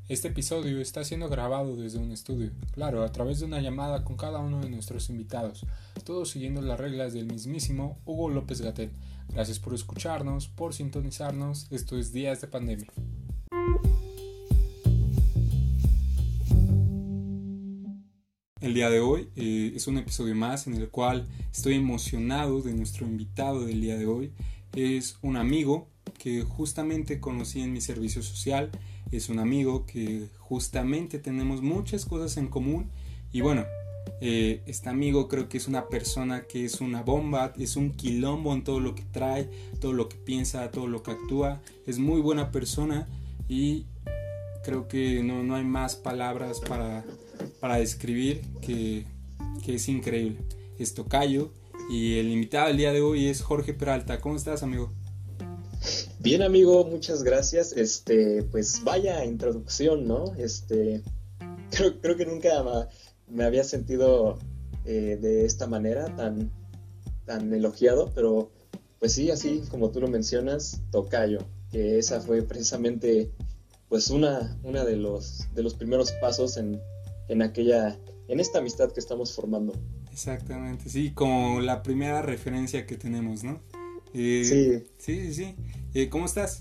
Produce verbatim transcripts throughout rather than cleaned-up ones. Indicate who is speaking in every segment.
Speaker 1: Este episodio está siendo grabado desde un estudio, claro, a través de una llamada con cada uno de nuestros invitados, todos siguiendo las reglas del mismísimo Hugo López-Gatell. Gracias por escucharnos, por sintonizarnos, esto es Días de Pandemia. El día de hoy eh, es un episodio más en el cual estoy emocionado de nuestro invitado del día de hoy. Es un amigo que justamente conocí en mi servicio social, es un amigo que justamente tenemos muchas cosas en común y bueno, eh, este amigo creo que es una persona que es una bomba, es un quilombo en todo lo que trae, todo lo que piensa, todo lo que actúa, es muy buena persona y creo que no, no hay más palabras para, para describir que, que es increíble. Es tocayo y el invitado del día de hoy es Jorge Peralta. ¿Cómo estás, amigo?
Speaker 2: Bien, amigo, muchas gracias. Este, pues vaya introducción, ¿no? Este, creo, creo que nunca ma- me había sentido eh, de esta manera tan, tan elogiado, pero pues sí, así como tú lo mencionas, tocayo, que esa fue precisamente pues una, una de los, de los primeros pasos en, en aquella, en esta amistad que estamos formando.
Speaker 1: Exactamente, sí, como la primera referencia que tenemos, ¿no? Eh,
Speaker 2: Sí,
Speaker 1: sí, sí, sí. Eh, ¿cómo estás?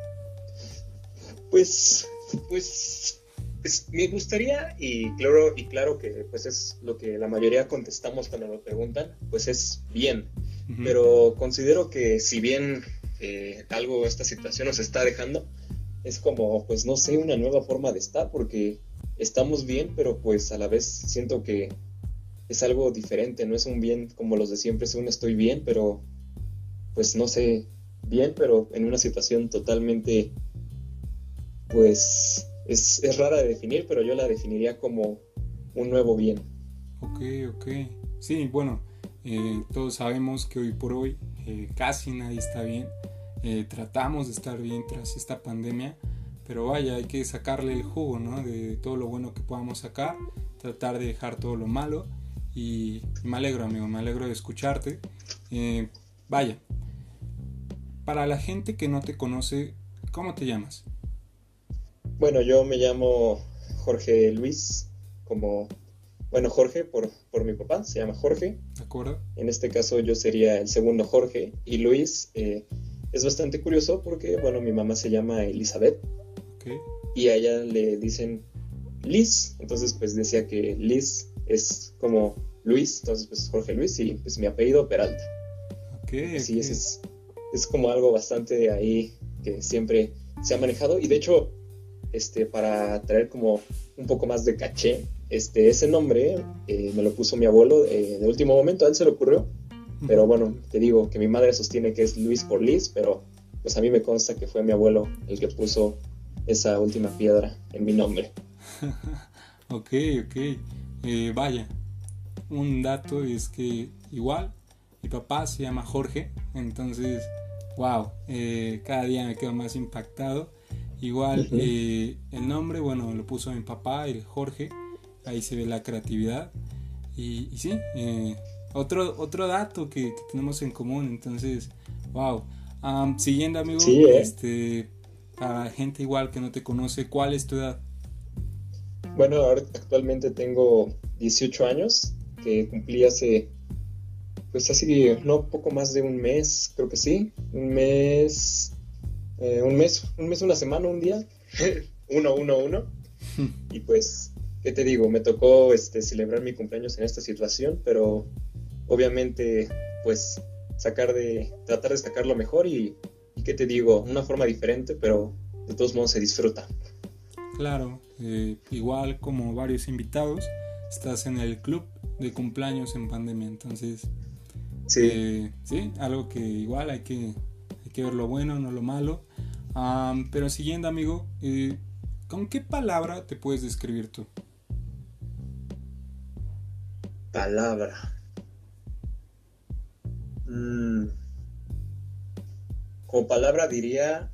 Speaker 2: Pues, pues, pues, me gustaría, y claro, y claro que pues es lo que la mayoría contestamos cuando nos preguntan, pues es bien,
Speaker 1: Uh-huh.
Speaker 2: pero considero que si bien eh, algo esta situación nos está dejando, es como, pues no sé, una nueva forma de estar, porque estamos bien, pero pues a la vez siento que es algo diferente, no es un bien como los de siempre, es un estoy bien, pero pues no sé, bien, pero en una situación totalmente pues es, es rara de definir, pero yo la definiría como un nuevo bien.
Speaker 1: Ok, ok. Sí, bueno, eh, todos sabemos que hoy por hoy eh, casi nadie está bien. Eh, tratamos de estar bien tras esta pandemia, pero vaya, hay que sacarle el jugo, ¿no? De todo lo bueno que podamos sacar, tratar de dejar todo lo malo. Y, y me alegro, amigo, me alegro de escucharte. Eh, vaya, para la gente que no te conoce, ¿cómo te llamas?
Speaker 2: Bueno, yo me llamo Jorge Luis, como, bueno, Jorge por, por mi papá, se llama Jorge.
Speaker 1: ¿De acuerdo?
Speaker 2: En este caso yo sería el segundo Jorge. Y Luis eh, es bastante curioso porque, bueno, mi mamá se llama Elizabeth
Speaker 1: Ok,
Speaker 2: y a ella le dicen Liz. Entonces, pues decía que Liz es como Luis, entonces pues Jorge Luis y pues mi apellido Peralta.
Speaker 1: ok,
Speaker 2: Y pues
Speaker 1: ok.
Speaker 2: sí, ese es, es como algo bastante ahí que siempre se ha manejado. Y de hecho, este, para traer como un poco más de caché, este, ese nombre eh, me lo puso mi abuelo eh, de último momento, a él se le ocurrió. Pero
Speaker 1: Uh-huh.
Speaker 2: bueno, te digo que mi madre sostiene que es Luis por Liz, pero pues a mí me consta que fue mi abuelo el que puso esa última piedra en mi nombre.
Speaker 1: Ok, ok. Eh, vaya, un dato es que igual mi papá se llama Jorge, entonces, wow, eh, cada día me quedo más impactado. Igual
Speaker 2: Uh-huh.
Speaker 1: eh, el nombre, bueno, lo puso mi papá, el Jorge, ahí se ve la creatividad. Y, y sí, eh, otro, otro dato que, que tenemos en común, entonces, wow. Um, siguiendo, amigo,
Speaker 2: Sí, ¿eh?
Speaker 1: este, para gente igual que no te conoce, ¿cuál es tu edad?
Speaker 2: Bueno, ahora actualmente tengo dieciocho años, que cumplí hace, pues así, no poco más de un mes, creo que sí, un mes, eh, un mes, un mes, una semana, un día, uno, uno, uno, y pues, ¿qué te digo? Me tocó este, celebrar mi cumpleaños en esta situación, pero obviamente, pues, sacar de, tratar de sacar lo mejor y, y ¿qué te digo? Una forma diferente, pero de todos modos se disfruta.
Speaker 1: Claro, eh, igual como varios invitados, estás en el club de cumpleaños en pandemia, entonces,
Speaker 2: Sí,
Speaker 1: eh, sí, algo que igual hay que, hay que ver lo bueno, no lo malo. Um, pero siguiendo, amigo, eh, ¿con qué palabra te puedes describir tú?
Speaker 2: palabra. Mm, como palabra diría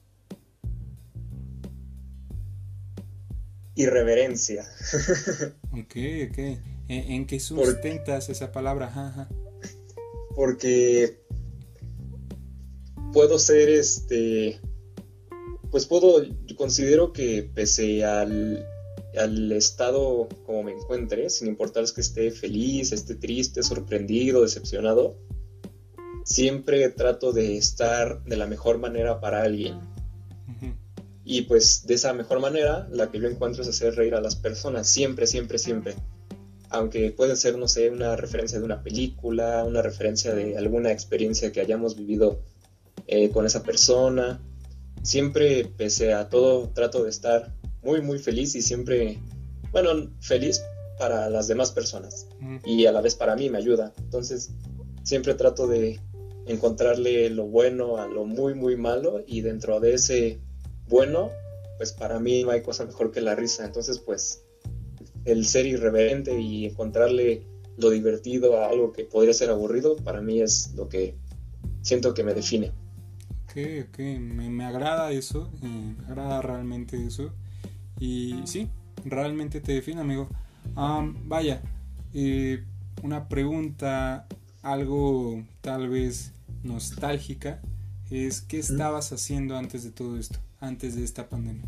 Speaker 2: irreverencia,
Speaker 1: Ok, ok. ¿En, en qué
Speaker 2: porque,
Speaker 1: sustentas esa palabra? Ajá, ajá.
Speaker 2: porque puedo ser este, pues puedo considero que pese al, al estado como me encuentre, sin importar es que esté feliz, esté triste, sorprendido, decepcionado, siempre trato de estar de la mejor manera para alguien. Uh-huh. Y pues de esa mejor manera, la que yo encuentro es hacer reír a las personas, siempre, siempre, siempre. Aunque puede ser, no sé, una referencia de una película, una referencia de alguna experiencia que hayamos vivido eh, con esa persona. Siempre, pese a todo, trato de estar muy, muy feliz y siempre, bueno, feliz para las demás personas. Uh-huh. Y a la vez para mí me ayuda. Entonces, siempre trato de encontrarle lo bueno a lo muy, muy malo, y dentro de ese bueno, pues para mí no hay cosa mejor que la risa. Entonces, pues, el ser irreverente y encontrarle lo divertido a algo que podría ser aburrido, para mí es lo que siento que me define.
Speaker 1: Ok, ok, me, me agrada eso, eh, me agrada realmente eso, y sí, realmente te define, amigo. Um, vaya, eh, una pregunta algo tal vez nostálgica es: ¿qué estabas haciendo antes de todo esto, antes de esta pandemia?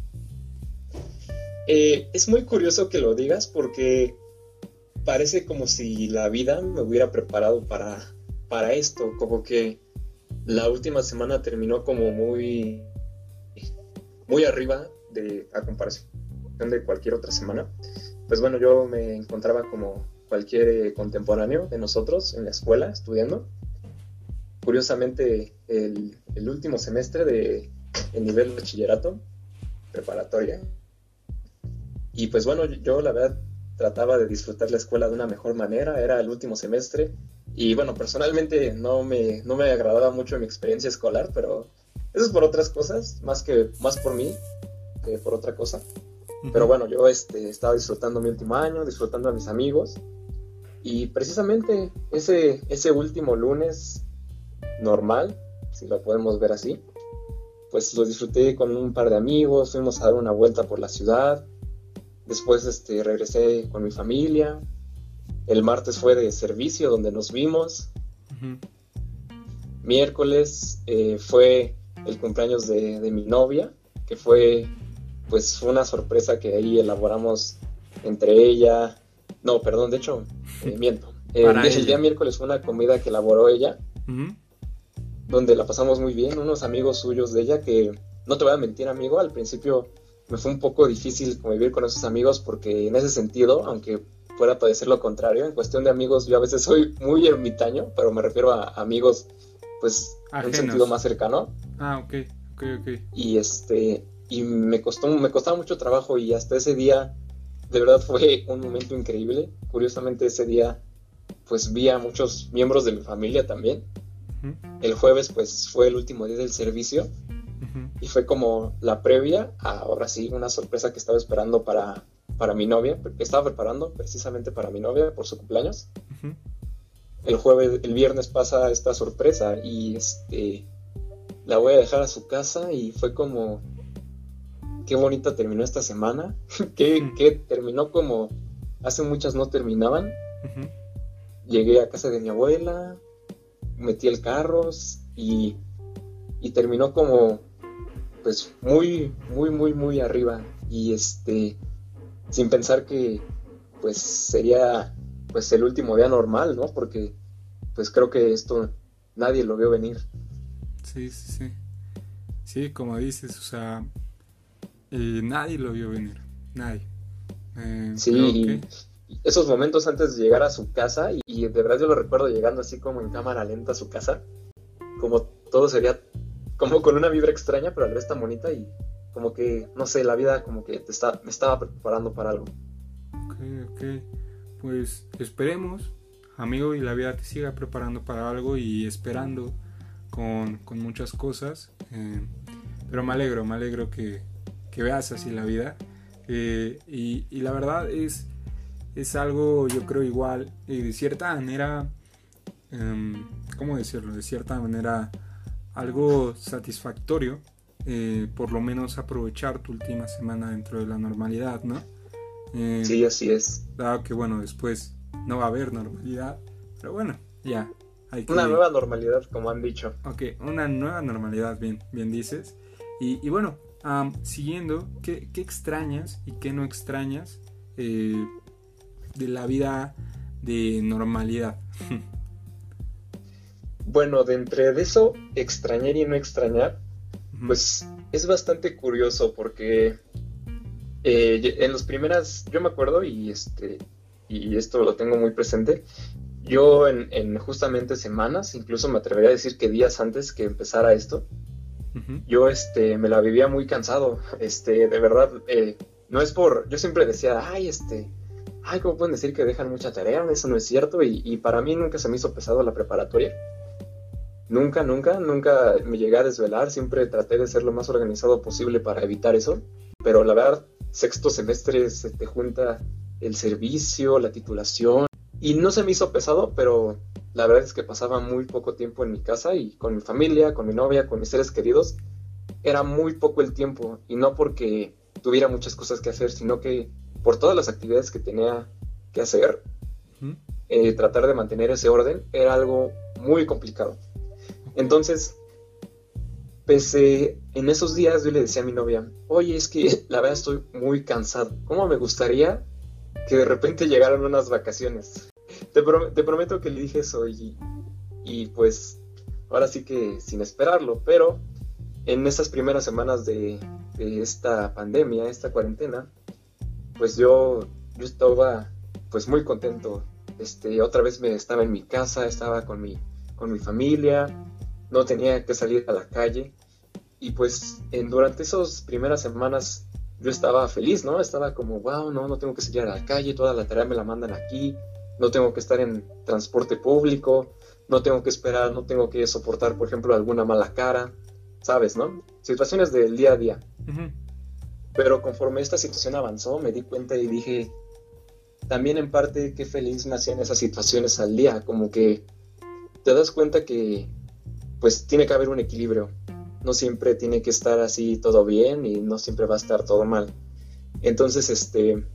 Speaker 2: Eh, es muy curioso que lo digas, porque parece como si la vida me hubiera preparado para, para esto. Como que la última semana terminó como muy, muy arriba de, a comparación de cualquier otra semana. Pues bueno, yo me encontraba como cualquier eh, contemporáneo de nosotros en la escuela estudiando. Curiosamente, el, el último semestre de el nivel de bachillerato preparatoria. Y pues bueno, yo la verdad trataba de disfrutar la escuela de una mejor manera. Era el último semestre y bueno, personalmente no me, no me agradaba mucho mi experiencia escolar, pero eso es por otras cosas, más que más por mí que por otra cosa. Uh-huh. Pero bueno, yo este, estaba disfrutando mi último año, disfrutando a mis amigos, y precisamente ese, ese último lunes normal, si lo podemos ver así, pues lo disfruté con un par de amigos, fuimos a dar una vuelta por la ciudad. Después este, regresé con mi familia. El martes fue de servicio, donde nos vimos. Uh-huh. Miércoles eh, fue el cumpleaños de, de mi novia, que fue pues una sorpresa que ahí elaboramos entre ella. No, perdón, de hecho, eh, miento. Eh, el, el día miércoles fue una comida que elaboró ella, uh-huh, donde la pasamos muy bien. Unos amigos suyos de ella que, no te voy a mentir, amigo, al principio me fue un poco difícil convivir con esos amigos, porque en ese sentido, aunque pueda parecer lo contrario, en cuestión de amigos yo a veces soy muy ermitaño, pero me refiero a amigos pues en un sentido más cercano.
Speaker 1: Ah, ok, ok, ok.
Speaker 2: Y este, y me costó, me costaba mucho trabajo, y hasta ese día de verdad fue un momento increíble. Curiosamente ese día pues vi a muchos miembros de mi familia también. Uh-huh. El jueves pues fue el último día del servicio. Uh-huh. Y fue como la previa a, ahora sí, una sorpresa que estaba esperando para, para mi novia, que estaba preparando precisamente para mi novia por su cumpleaños. Uh-huh. El jueves, el viernes pasa esta sorpresa y este la voy a dejar a su casa, y fue como qué bonita terminó esta semana, que, uh-huh, que terminó como hace muchas no terminaban. Uh-huh. Llegué a casa de mi abuela, metí el carro y, y terminó como pues muy, muy, muy, muy arriba, y este, sin pensar que pues sería pues el último día normal, ¿no? Porque pues creo que esto nadie lo vio venir.
Speaker 1: Sí, sí, sí. Sí, como dices, o sea, eh, nadie lo vio venir, nadie. Eh,
Speaker 2: sí, y que... esos momentos antes de llegar a su casa, y, y de verdad yo lo recuerdo llegando así como en cámara lenta a su casa, como todo sería como con una vibra extraña, pero a la vez tan bonita, y como que, no sé, la vida como que te está, me estaba preparando para algo.
Speaker 1: Ok, ok. Pues esperemos, amigo, y la vida te siga preparando para algo y esperando con, con muchas cosas. Eh, pero me alegro, me alegro que, que veas así la vida. Eh, y, y la verdad es, es algo, yo creo, igual, y de cierta manera, eh, ¿cómo decirlo? De cierta manera algo satisfactorio, eh, por lo menos aprovechar tu última semana dentro de la normalidad, ¿no?
Speaker 2: Eh, sí, así es.
Speaker 1: Dado que bueno, después no va a haber normalidad, pero bueno, ya. Hay que...
Speaker 2: Una nueva normalidad, como han dicho.
Speaker 1: Ok, una nueva normalidad, bien, bien dices. Y, y bueno, um, siguiendo, ¿qué, ¿qué extrañas y qué no extrañas eh, de la vida de normalidad?
Speaker 2: Bueno, de entre de eso, extrañar y no extrañar,
Speaker 1: Uh-huh.
Speaker 2: pues es bastante curioso porque eh, en las primeras, yo me acuerdo y este y esto lo tengo muy presente, yo en, en justamente semanas, incluso me atrevería a decir que días antes que empezara esto,
Speaker 1: Uh-huh.
Speaker 2: yo este me la vivía muy cansado, este de verdad, eh, no es por, yo siempre decía, ay, este, ay, ¿cómo pueden decir que dejan mucha tarea? Eso no es cierto y, y para mí nunca se me hizo pesado la preparatoria. Nunca, nunca, nunca me llegué a desvelar, siempre traté de ser lo más organizado posible para evitar eso, pero la verdad, sexto semestre se te junta el servicio, la titulación, y no se me hizo pesado, pero la verdad es que pasaba muy poco tiempo en mi casa y con mi familia, con mi novia, con mis seres queridos, era muy poco el tiempo, y no porque tuviera muchas cosas que hacer, sino que por todas las actividades que tenía que hacer,
Speaker 1: Uh-huh.
Speaker 2: eh, tratar de mantener ese orden era algo muy complicado. Entonces, pese en esos días yo le decía a mi novia, oye, es que la verdad estoy muy cansado, ¿cómo me gustaría que de repente llegaran unas vacaciones? Te, prom- te prometo que le dije eso y, y pues ahora sí que sin esperarlo, pero en esas primeras semanas de, de esta pandemia, esta cuarentena, pues yo, yo estaba pues muy contento. Este, otra vez me estaba en mi casa, estaba con mi, con mi familia, no tenía que salir a la calle y pues en, durante esas primeras semanas yo estaba feliz, ¿no? Estaba como, wow, no, no tengo que salir a la calle, toda la tarea me la mandan aquí, no tengo que estar en transporte público, no tengo que esperar, no tengo que soportar, por ejemplo, alguna mala cara, ¿sabes, no? Situaciones del día a día.
Speaker 1: Uh-huh.
Speaker 2: Pero conforme esta situación avanzó, me di cuenta y dije, también en parte qué feliz me hacían esas situaciones al día, como que te das cuenta que pues tiene que haber un equilibrio. No siempre tiene que estar así todo bien y no siempre va a estar todo mal. Entonces, este,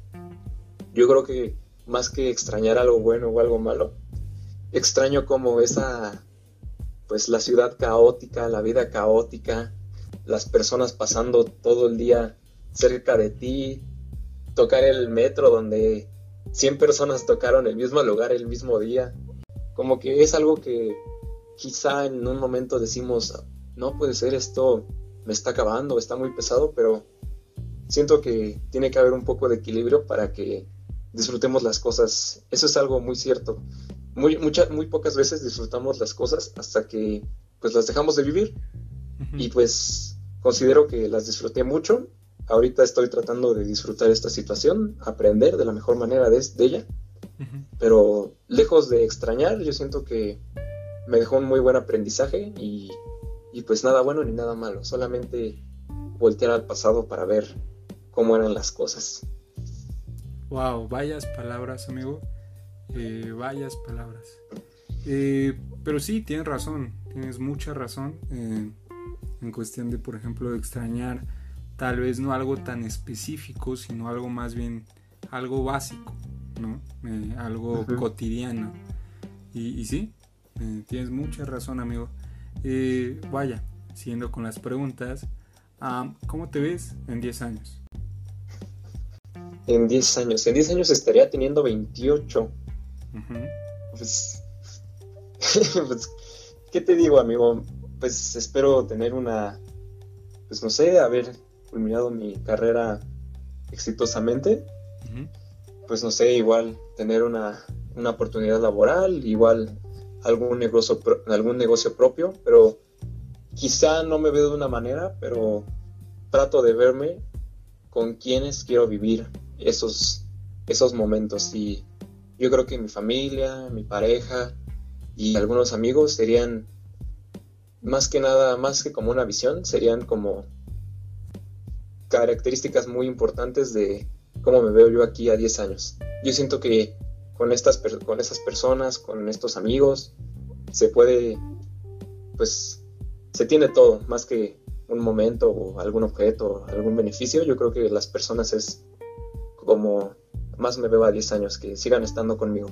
Speaker 2: yo creo que más que extrañar algo bueno o algo malo, extraño como esa, pues la ciudad caótica, la vida caótica, las personas pasando todo el día cerca de ti, tocar el metro donde cien personas tocaron el mismo lugar el mismo día. Como que es algo que quizá en un momento decimos, no puede ser, esto me está acabando, está muy pesado, pero siento que tiene que haber un poco de equilibrio para que disfrutemos las cosas. Eso es algo muy cierto. Muy, mucha, muy pocas veces disfrutamos las cosas hasta que pues las dejamos de vivir.
Speaker 1: Uh-huh.
Speaker 2: Y pues considero que las disfruté mucho. Ahorita estoy tratando de disfrutar esta situación, aprender de la mejor manera de, de ella.
Speaker 1: Uh-huh.
Speaker 2: Pero lejos de extrañar, yo siento que me dejó un muy buen aprendizaje y, y pues nada bueno ni nada malo, solamente voltear al pasado para ver cómo eran las cosas.
Speaker 1: Wow, vayas palabras, amigo, eh, vayas palabras. Eh, pero sí, tienes razón, tienes mucha razón eh, en cuestión de, por ejemplo, de extrañar tal vez no algo tan específico, sino algo más bien, algo básico, ¿no? Eh, algo
Speaker 2: Uh-huh.
Speaker 1: cotidiano. Y, y sí, eh, tienes mucha razón, amigo. Eh, vaya, siguiendo con las preguntas, um, ¿cómo te ves en diez años?
Speaker 2: En diez años, en diez años estaría teniendo veintiocho.
Speaker 1: Uh-huh.
Speaker 2: Pues, pues, ¿qué te digo, amigo? Pues espero tener una, pues no sé, haber culminado mi carrera exitosamente.
Speaker 1: Uh-huh.
Speaker 2: Pues no sé, igual tener una, una oportunidad laboral, igual algún negocio, algún negocio propio, pero quizá no me veo de una manera, pero trato de verme con quienes quiero vivir esos, esos momentos. Y yo creo que mi familia, mi pareja y algunos amigos serían más que nada, más que como una visión, serían como características muy importantes de cómo me veo yo aquí a diez años. Yo siento que con estas con esas personas, con estos amigos, se puede, pues, se tiene todo, más que un momento o algún objeto, algún beneficio. Yo creo que las personas es como más me veo a diez años, que sigan estando conmigo.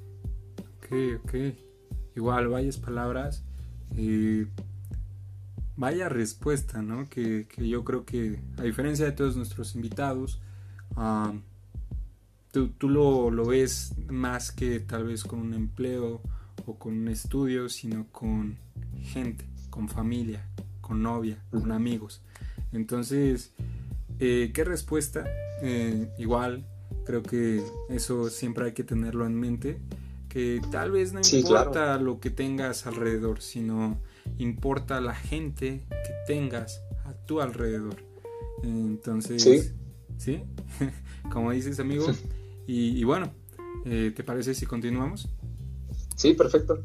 Speaker 1: Ok, ok. Igual, varias palabras. Eh, vaya respuesta, ¿no? Que, que yo creo que, a diferencia de todos nuestros invitados, um, tú, tú lo, lo ves más que tal vez con un empleo o con un estudio, sino con gente, con familia, con novia, con amigos. Entonces, eh, ¿qué respuesta? Eh, igual, creo que eso siempre hay que tenerlo en mente, que tal vez no
Speaker 2: Sí,
Speaker 1: importa
Speaker 2: claro.
Speaker 1: lo que tengas alrededor, sino importa la gente que tengas a tu alrededor. Entonces,
Speaker 2: Sí,
Speaker 1: ¿sí? Como dices, amigo. Y, y bueno, eh, ¿te parece si continuamos?
Speaker 2: sí, perfecto.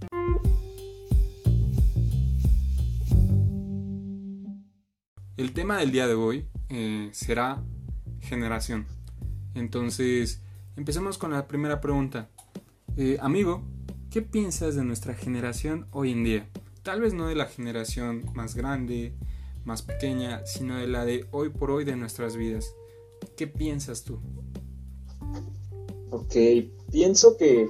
Speaker 1: El tema del día de hoy eh, será generación. Entonces, empecemos con la primera pregunta. Eh, amigo, ¿qué piensas de nuestra generación hoy en día? Tal vez no de la generación más grande, más pequeña, sino de la de hoy por hoy de nuestras vidas. ¿Qué piensas tú?
Speaker 2: Ok, pienso que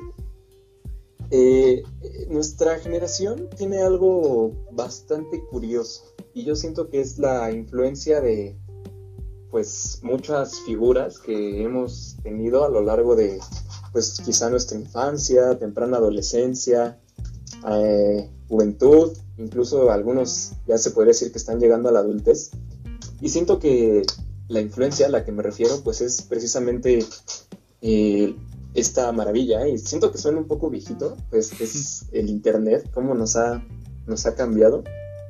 Speaker 2: eh, nuestra generación tiene algo bastante curioso y yo siento que es la influencia de pues muchas figuras que hemos tenido a lo largo de pues quizá nuestra infancia, temprana adolescencia, eh, juventud, incluso algunos ya se podría decir que están llegando a la adultez. Y siento que la influencia a la que me refiero pues es precisamente eh, esta maravilla, ¿eh? Y siento que suena un poco viejito, pues es el internet, cómo nos ha, nos ha cambiado.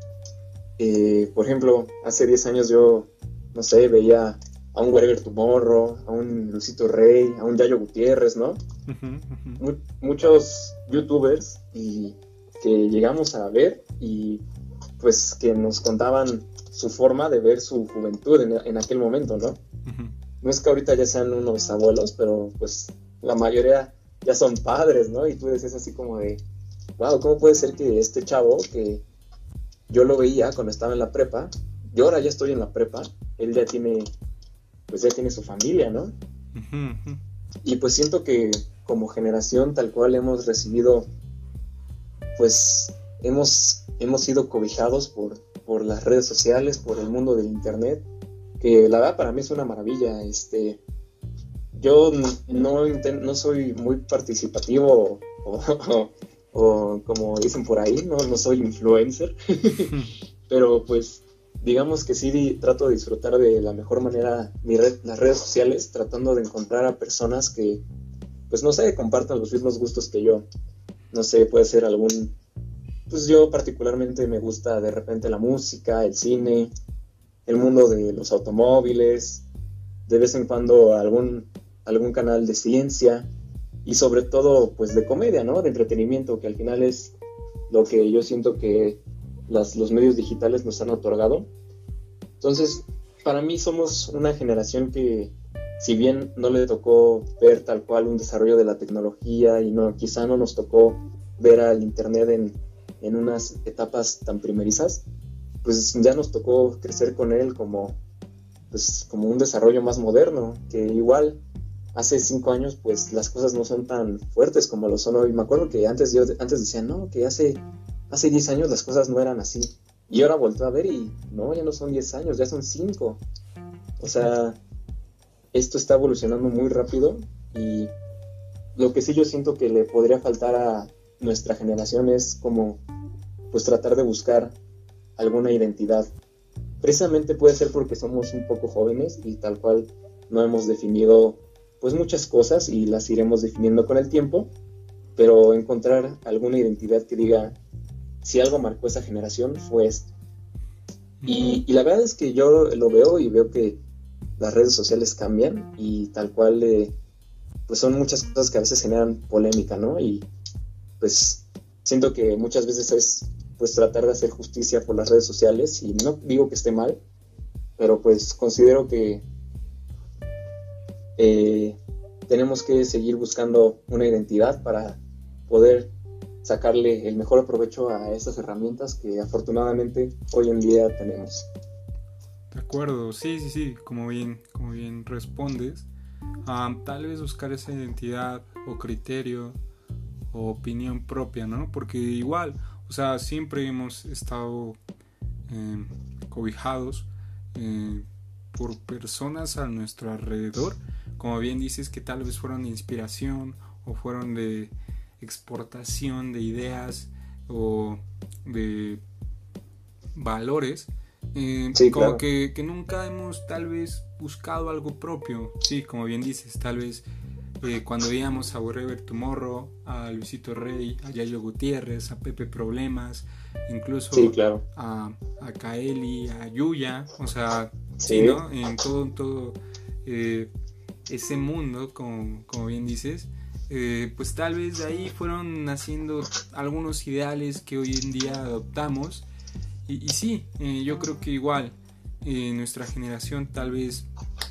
Speaker 2: Eh, por ejemplo, hace diez años yo, no sé, veía a un Wherever Tomorrow, a un Luisito Rey, a un Yayo Gutiérrez, ¿no?
Speaker 1: Uh-huh, uh-huh.
Speaker 2: Mu- muchos youtubers y que llegamos a ver y pues que nos contaban su forma de ver su juventud en, en aquel momento, ¿no?
Speaker 1: Uh-huh.
Speaker 2: No es que ahorita ya sean unos abuelos, pero pues la mayoría ya son padres, ¿no? Y tú dices así como de, wow, ¿cómo puede ser que este chavo que yo lo veía cuando estaba en la prepa, yo ahora ya estoy en la prepa, él ya tiene, pues ya tiene su familia, ¿no?
Speaker 1: Uh-huh, uh-huh.
Speaker 2: Y pues siento que como generación tal cual hemos recibido, pues hemos, hemos sido cobijados por, por las redes sociales, por el mundo del internet, que la verdad para mí es una maravilla. Este, yo no, no soy muy participativo o, o, o como dicen por ahí, no, no soy influencer, pero pues digamos que sí trato de disfrutar de la mejor manera mi red, las redes sociales, tratando de encontrar a personas que, pues no sé, compartan los mismos gustos que yo. No sé, puede ser algún, pues yo particularmente me gusta de repente la música, el cine, el mundo de los automóviles, de vez en cuando algún, algún canal de ciencia y sobre todo pues de comedia, ¿no? De entretenimiento, que al final es lo que yo siento que las, los medios digitales nos han otorgado. Entonces, para mí somos una generación que, si bien no le tocó ver tal cual un desarrollo de la tecnología y no, quizá no nos tocó ver al internet en, en unas etapas tan primerizas, pues ya nos tocó crecer con él como, pues, como un desarrollo más moderno, que igual hace cinco años pues las cosas no son tan fuertes como lo son hoy. Me acuerdo que antes yo antes decía, no, que hace, hace diez años las cosas no eran así. Y ahora volteo a ver y no, ya no son diez años, ya son cinco. O sea, esto está evolucionando muy rápido y lo que sí yo siento que le podría faltar a nuestra generación es como pues tratar de buscar alguna identidad. Precisamente puede ser porque somos un poco jóvenes y tal cual no hemos definido pues muchas cosas y las iremos definiendo con el tiempo, pero encontrar alguna identidad que diga si algo marcó esa generación fue esto. Y, y la verdad es que yo lo veo y veo que las redes sociales cambian y tal cual eh, pues son muchas cosas que a veces generan polémica, ¿no? Y pues siento que muchas veces es pues tratar de hacer justicia por las redes sociales y no digo que esté mal, pero pues considero que eh, tenemos que seguir buscando una identidad para poder sacarle el mejor provecho a estas herramientas que afortunadamente hoy en día tenemos.
Speaker 1: De acuerdo, sí, sí, sí, como bien, como bien respondes. Um, tal vez buscar esa identidad o criterio o opinión propia, ¿no? Porque igual, o sea, siempre hemos estado eh, cobijados eh, por personas a nuestro alrededor, como bien dices, que tal vez fueron de inspiración o fueron de exportación de ideas o de valores, eh,
Speaker 2: sí,
Speaker 1: como
Speaker 2: claro.
Speaker 1: que, que nunca hemos tal vez buscado algo propio. Sí, como bien dices, tal vez eh, cuando veíamos a Wherever Tomorrow, a Luisito Rey, a Yayo Gutiérrez, a Pepe Problemas, incluso
Speaker 2: Sí, claro.
Speaker 1: a, a Kaeli, a Yuya, o sea, sí,
Speaker 2: Sí,
Speaker 1: ¿no? En todo, todo eh, ese mundo, como, como bien dices, eh, pues tal vez de ahí fueron naciendo algunos ideales que hoy en día adoptamos. Y, y sí, eh, yo creo que igual eh, nuestra generación tal vez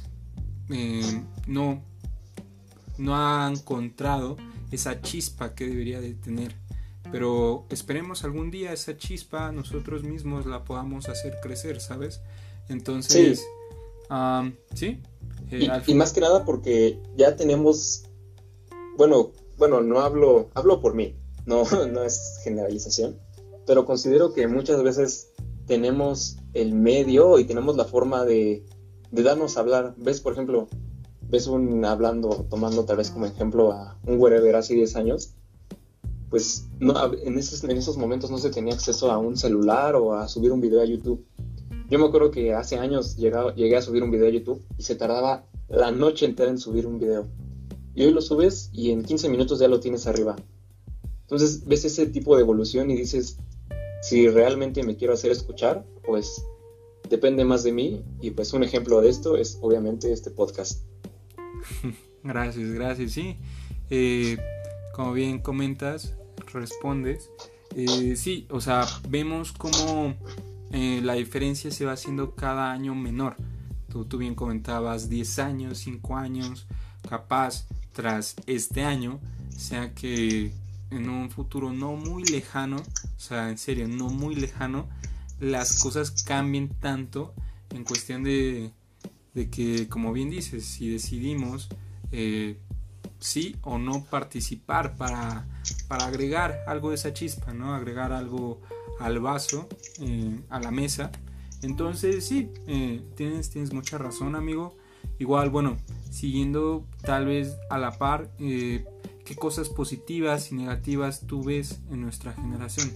Speaker 1: eh, no, no ha encontrado esa chispa que debería de tener. Pero esperemos algún día esa chispa nosotros mismos la podamos hacer crecer, ¿sabes? Entonces,
Speaker 2: sí.
Speaker 1: um, sí, eh,
Speaker 2: Y,
Speaker 1: al
Speaker 2: y
Speaker 1: fin.
Speaker 2: más que nada porque ya tenemos, bueno, bueno, no hablo, hablo por mí, no, no es generalización, pero considero que muchas veces tenemos el medio y tenemos la forma de, de darnos a hablar. Ves, por ejemplo, ves un hablando, tomando tal vez como ejemplo a un wherever hace diez años, pues no, en, esos, en esos momentos no se tenía acceso a un celular o a subir un video a YouTube. Yo me acuerdo que hace años llegaba, llegué a subir un video a YouTube y se tardaba la noche entera en subir un video. Y hoy lo subes y en quince minutos ya lo tienes arriba. Entonces ves ese tipo de evolución y dices, si realmente me quiero hacer escuchar, pues depende más de mí. Y pues un ejemplo de esto es obviamente este podcast.
Speaker 1: Gracias, gracias, sí. Eh, como bien comentas, respondes. Eh, sí, o sea, vemos cómo eh, la diferencia se va haciendo cada año menor. Tú, tú bien comentabas diez años, cinco años, capaz tras este año, sea que en un futuro no muy lejano, o sea, en serio, no muy lejano, las cosas cambien tanto en cuestión de, de que, como bien dices, si decidimos eh, sí o no participar para, para agregar algo de esa chispa, ¿no? Agregar algo al vaso, eh, a la mesa. Entonces sí, eh, tienes, tienes mucha razón, amigo. Igual, bueno, siguiendo tal vez a la par, eh, ¿qué cosas positivas y negativas tú ves en nuestra generación?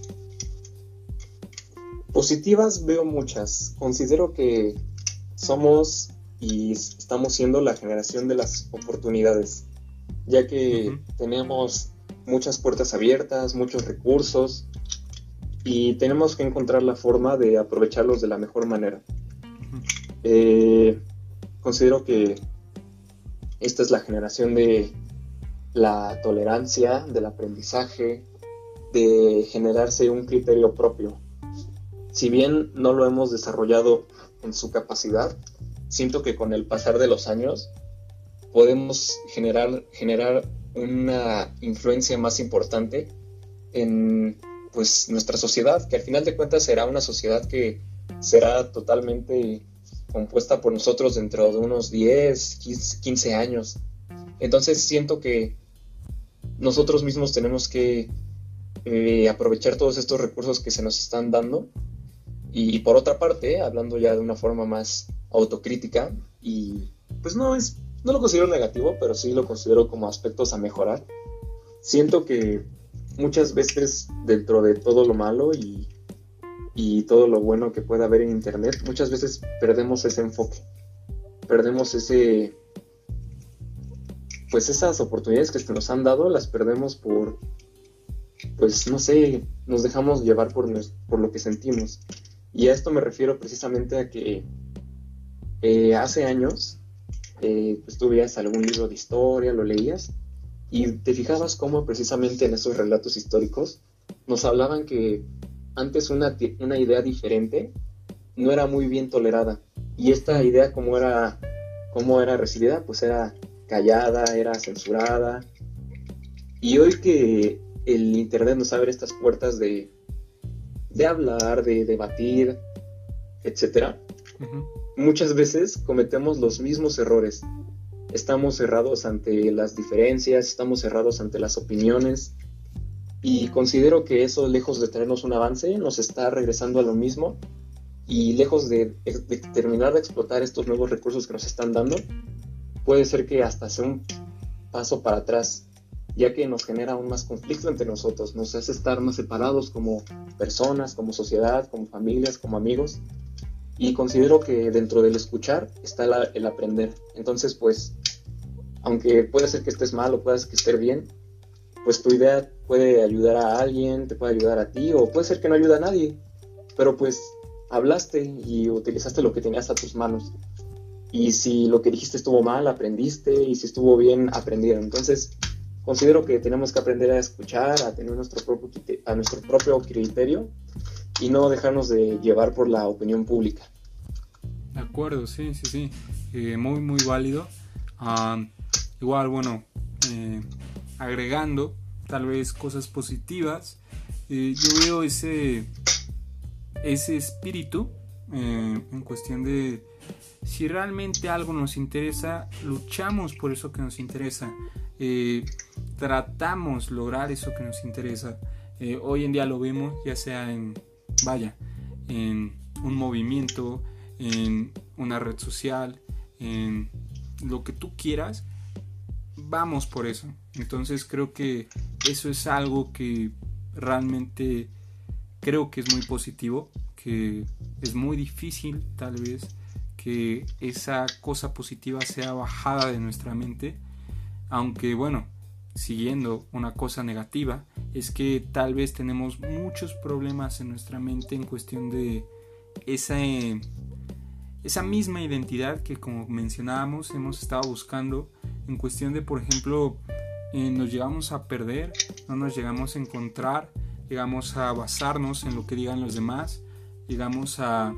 Speaker 2: Positivas veo muchas. Considero que somos y estamos siendo la generación de las oportunidades, ya que
Speaker 1: Uh-huh.
Speaker 2: tenemos muchas puertas abiertas, muchos recursos y tenemos que encontrar la forma de aprovecharlos de la mejor manera.
Speaker 1: Uh-huh.
Speaker 2: Eh, considero que esta es la generación de la tolerancia, del aprendizaje, de generarse un criterio propio. Si bien no lo hemos desarrollado en su capacidad, siento que con el pasar de los años podemos generar, generar una influencia más importante en pues, nuestra sociedad, que al final de cuentas será una sociedad que será totalmente compuesta por nosotros dentro de unos diez, quince años. Entonces siento que nosotros mismos tenemos que eh, aprovechar todos estos recursos que se nos están dando. Y por otra parte, hablando ya de una forma más autocrítica, y pues no es, no lo considero negativo, pero sí lo considero como aspectos a mejorar. Siento que muchas veces dentro de todo lo malo y, y todo lo bueno que pueda haber en internet, muchas veces perdemos ese enfoque, perdemos ese, pues esas oportunidades que se nos han dado, las perdemos por, pues no sé, nos dejamos llevar por, por lo que sentimos. Y a esto me refiero precisamente a que eh, hace años eh, pues tú veías algún libro de historia, lo leías y te fijabas cómo precisamente en esos relatos históricos nos hablaban que antes una, una idea diferente no era muy bien tolerada y esta idea como era, cómo era recibida, pues era callada, era censurada. Y hoy que el internet nos abre estas puertas de de hablar, de debatir, etcétera, uh-huh. muchas veces cometemos los mismos errores. Estamos cerrados ante las diferencias, estamos cerrados ante las opiniones y considero que eso, lejos de traernos un avance, nos está regresando a lo mismo y lejos de, de terminar de explotar estos nuevos recursos que nos están dando, puede ser que hasta sea un paso para atrás, ya que nos genera aún más conflicto entre nosotros, nos hace estar más separados como personas, como sociedad, como familias, como amigos. Y considero que dentro del escuchar está la, el aprender. Entonces, pues, aunque puede ser que estés mal o puede ser que estés bien, pues tu idea puede ayudar a alguien, te puede ayudar a ti, o puede ser que no ayude a nadie, pero pues hablaste y utilizaste lo que tenías a tus manos. Y si lo que dijiste estuvo mal, aprendiste, y si estuvo bien, aprendieron. Entonces, considero que tenemos que aprender a escuchar, a tener nuestro propio, a nuestro propio criterio, y no dejarnos de llevar por la opinión pública.
Speaker 1: De acuerdo, sí, sí, sí. Eh, muy, muy válido. Uh, igual, bueno, eh, agregando tal vez cosas positivas, eh, yo veo ese, ese espíritu eh, en cuestión de si realmente algo nos interesa, luchamos por eso que nos interesa, eh, tratamos lograr eso que nos interesa. Eh, hoy en día lo vemos, ya sea en, vaya, en un movimiento, en una red social, en lo que tú quieras, vamos por eso. Entonces creo que eso es algo que realmente creo que es muy positivo, que es muy difícil tal vez que esa cosa positiva sea bajada de nuestra mente, aunque bueno, siguiendo una cosa negativa, es que tal vez tenemos muchos problemas en nuestra mente en cuestión de esa, eh, esa misma identidad que, como mencionábamos, hemos estado buscando, en cuestión de, por ejemplo, eh, nos llegamos a perder, no nos llegamos a encontrar, llegamos a basarnos en lo que digan los demás, llegamos a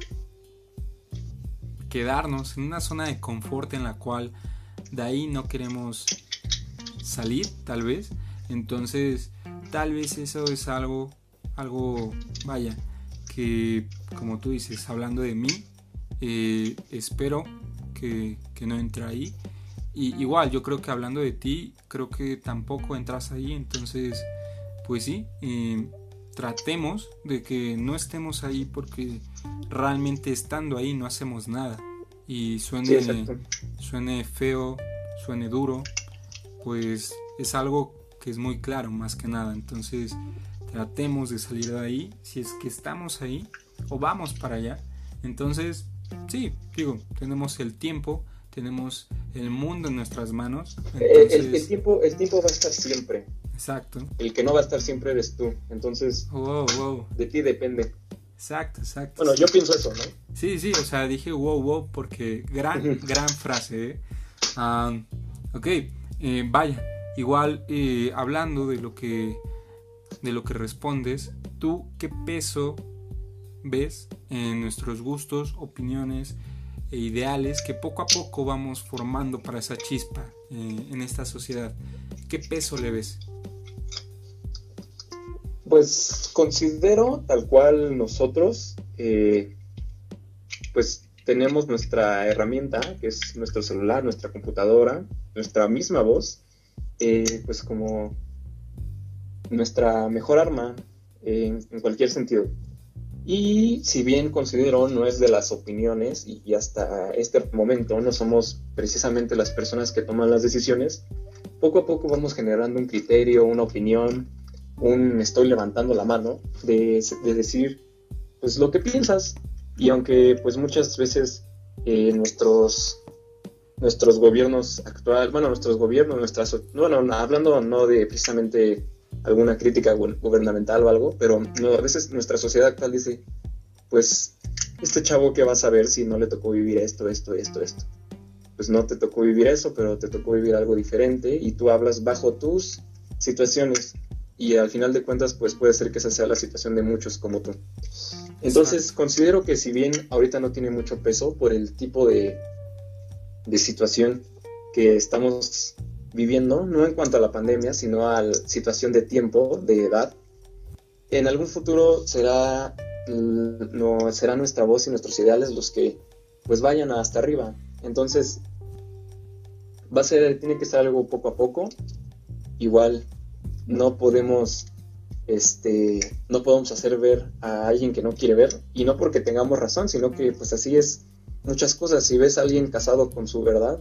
Speaker 1: quedarnos en una zona de confort en la cual de ahí no queremos salir, tal vez. Entonces tal vez eso es algo algo vaya, que como tú dices, hablando de mí, eh, espero que, que no entre ahí. Y igual yo creo que hablando de ti, creo que tampoco entras ahí. Entonces pues sí, eh, tratemos de que no estemos ahí, porque realmente estando ahí no hacemos nada. Y suene, sí, suene feo, suene duro, pues es algo que es muy claro más que nada. Entonces tratemos de salir de ahí, si es que estamos ahí o vamos para allá. Entonces sí, digo, tenemos el tiempo, tenemos el mundo en nuestras manos. Entonces,
Speaker 2: el, el, tiempo, el tiempo va a estar siempre.
Speaker 1: Exacto.
Speaker 2: El que no va a estar siempre eres tú. Entonces,
Speaker 1: wow, wow.
Speaker 2: de ti depende.
Speaker 1: Exacto, exacto.
Speaker 2: Bueno,
Speaker 1: sí.
Speaker 2: Yo pienso eso, ¿no?
Speaker 1: Sí, sí, o sea, dije wow, wow, porque gran, gran frase, ¿eh? Um, ok, eh, vaya, igual eh, hablando de lo que de lo que respondes, ¿tú qué peso ves en nuestros gustos, opiniones e ideales que poco a poco vamos formando para esa chispa eh, en esta sociedad? ¿Qué peso le ves?
Speaker 2: Pues considero tal cual nosotros, eh, pues tenemos nuestra herramienta, que es nuestro celular, nuestra computadora, nuestra misma voz, eh, pues como nuestra mejor arma eh, en, en cualquier sentido. Y si bien considero no es de las opiniones, y hasta este momento no somos precisamente las personas que toman las decisiones, poco a poco vamos generando un criterio, una opinión, un estoy levantando la mano de, de decir pues lo que piensas. Y aunque pues muchas veces eh, nuestros nuestros gobiernos actuales, bueno, nuestros gobiernos, nuestras, bueno, hablando no de precisamente alguna crítica gubernamental o algo, pero no, a veces nuestra sociedad actual dice, pues este chavo que va a saber si no le tocó vivir esto, esto, esto, esto. Pues no te tocó vivir eso, pero te tocó vivir algo diferente, y tú hablas bajo tus situaciones. Y al final de cuentas, pues puede ser que esa sea la situación de muchos como tú. Entonces, Exacto. Considero que si bien ahorita no tiene mucho peso por el tipo de, de situación que estamos viviendo, no en cuanto a la pandemia, sino a la situación de tiempo, de edad, en algún futuro será, no, será nuestra voz y nuestros ideales los que pues vayan hasta arriba. Entonces, va a ser, tiene que ser algo poco a poco. Igual, no podemos este, no podemos hacer ver a alguien que no quiere ver, y no porque tengamos razón, sino que pues así es muchas cosas. Si ves a alguien casado con su verdad,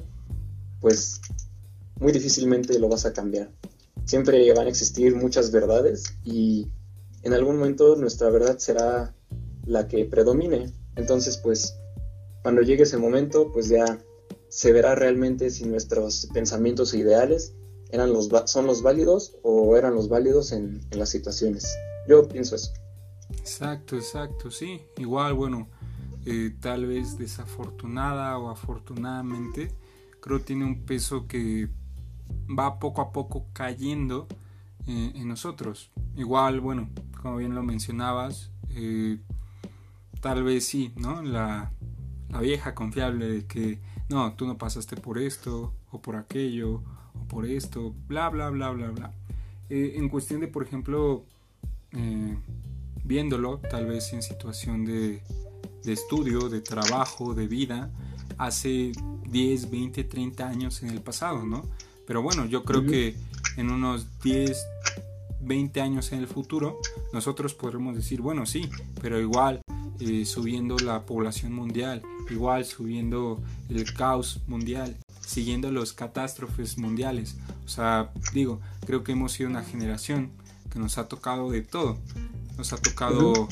Speaker 2: pues muy difícilmente lo vas a cambiar. Siempre van a existir muchas verdades y en algún momento nuestra verdad será la que predomine. Entonces, pues, cuando llegue ese momento, pues ya se verá realmente si nuestros pensamientos e ideales eran los, son los válidos o eran los válidos en, en las situaciones. Yo pienso eso.
Speaker 1: Exacto, exacto, sí. Igual, bueno, eh, tal vez desafortunada o afortunadamente, creo que tiene un peso que va poco a poco cayendo eh, en nosotros. Igual, bueno, como bien lo mencionabas, eh, tal vez sí, ¿no? La, la vieja confiable de que no, tú no pasaste por esto o por aquello o por esto, bla, bla, bla, bla, bla. Eh, en cuestión de, por ejemplo, eh, viéndolo tal vez en situación de, de estudio, de trabajo, de vida, hace diez, veinte, treinta años en el pasado, ¿no? Pero bueno, yo creo uh-huh. que en unos diez, veinte años en el futuro, nosotros podremos decir, bueno, sí, pero igual eh, subiendo la población mundial, igual subiendo el caos mundial, siguiendo las catástrofes mundiales. O sea, digo, creo que hemos sido una generación que nos ha tocado de todo. Nos ha tocado uh-huh.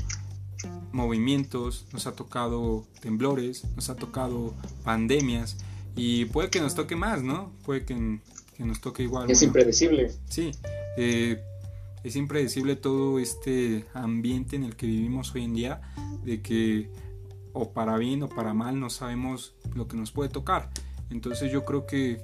Speaker 1: movimientos, nos ha tocado temblores, nos ha tocado pandemias y puede que nos toque más, ¿no? Puede que, que nos toque igual.
Speaker 2: Es bueno, impredecible.
Speaker 1: Sí, eh, es impredecible todo este ambiente en el que vivimos hoy en día, de que o para bien o para mal no sabemos lo que nos puede tocar. Entonces yo creo que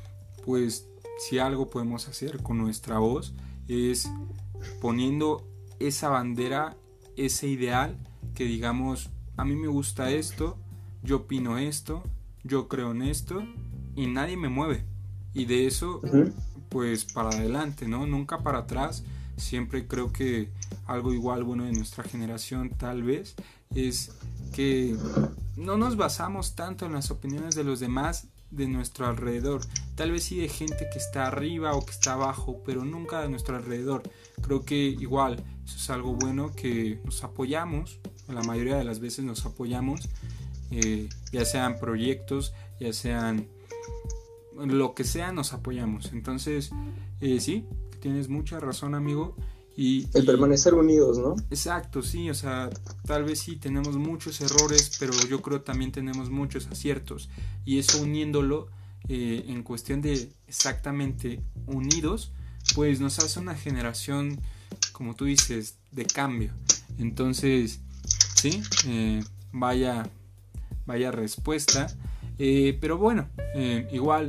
Speaker 1: pues si algo podemos hacer con nuestra voz es poniendo esa bandera, ese ideal que digamos, a mí me gusta esto, yo opino esto, yo creo en esto y nadie me mueve. Y de eso uh-huh. pues para adelante, ¿no? Nunca para atrás. Siempre creo que algo igual bueno de nuestra generación tal vez es que no nos basamos tanto en las opiniones de los demás de nuestro alrededor, tal vez sí de gente que está arriba o que está abajo, pero nunca de nuestro alrededor. Creo que igual eso es algo bueno, que nos apoyamos, la mayoría de las veces nos apoyamos, eh, ya sean proyectos, ya sean lo que sea, nos apoyamos. Entonces eh, sí, tienes mucha razón, amigo. Y,
Speaker 2: el
Speaker 1: y,
Speaker 2: permanecer unidos, ¿no?
Speaker 1: Exacto, sí, o sea, tal vez sí tenemos muchos errores, pero yo creo también tenemos muchos aciertos, y eso uniéndolo eh, en cuestión de exactamente unidos, pues nos hace una generación, como tú dices, de cambio. Entonces, sí, eh, vaya, vaya respuesta, eh, pero bueno, eh, igual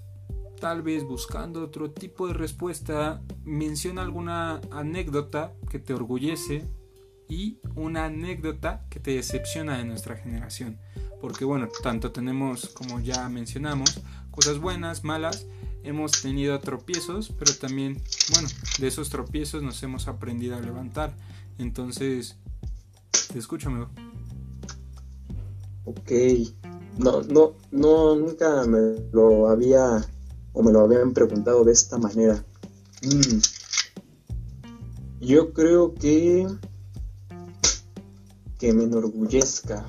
Speaker 1: tal vez buscando otro tipo de respuesta, menciona alguna anécdota que te orgullece y una anécdota que te decepciona de nuestra generación. Porque bueno, tanto tenemos, como ya mencionamos, cosas buenas, malas, hemos tenido tropiezos, pero también, bueno, de esos tropiezos nos hemos aprendido a levantar. Entonces, te escucho, amigo.
Speaker 2: Ok, no, no, no, nunca me lo había... o me lo habían preguntado de esta manera. Mm. Yo creo que que me enorgullezca.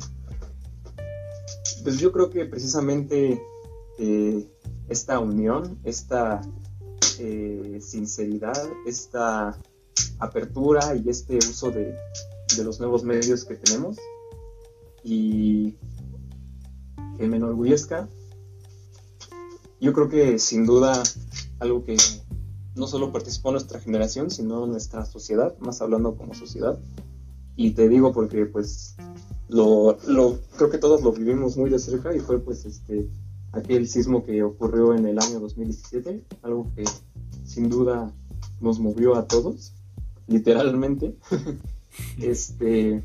Speaker 2: Pues yo creo que precisamente eh, esta unión, esta eh, sinceridad, esta apertura y este uso de, de los nuevos medios que tenemos, y que me enorgullezca. Yo creo que sin duda algo que no solo participó nuestra generación, sino nuestra sociedad, más hablando como sociedad. Y te digo porque pues lo, lo creo que todos lo vivimos muy de cerca, y fue pues este aquel sismo que ocurrió en el año dos mil diecisiete, algo que sin duda nos movió a todos, literalmente. este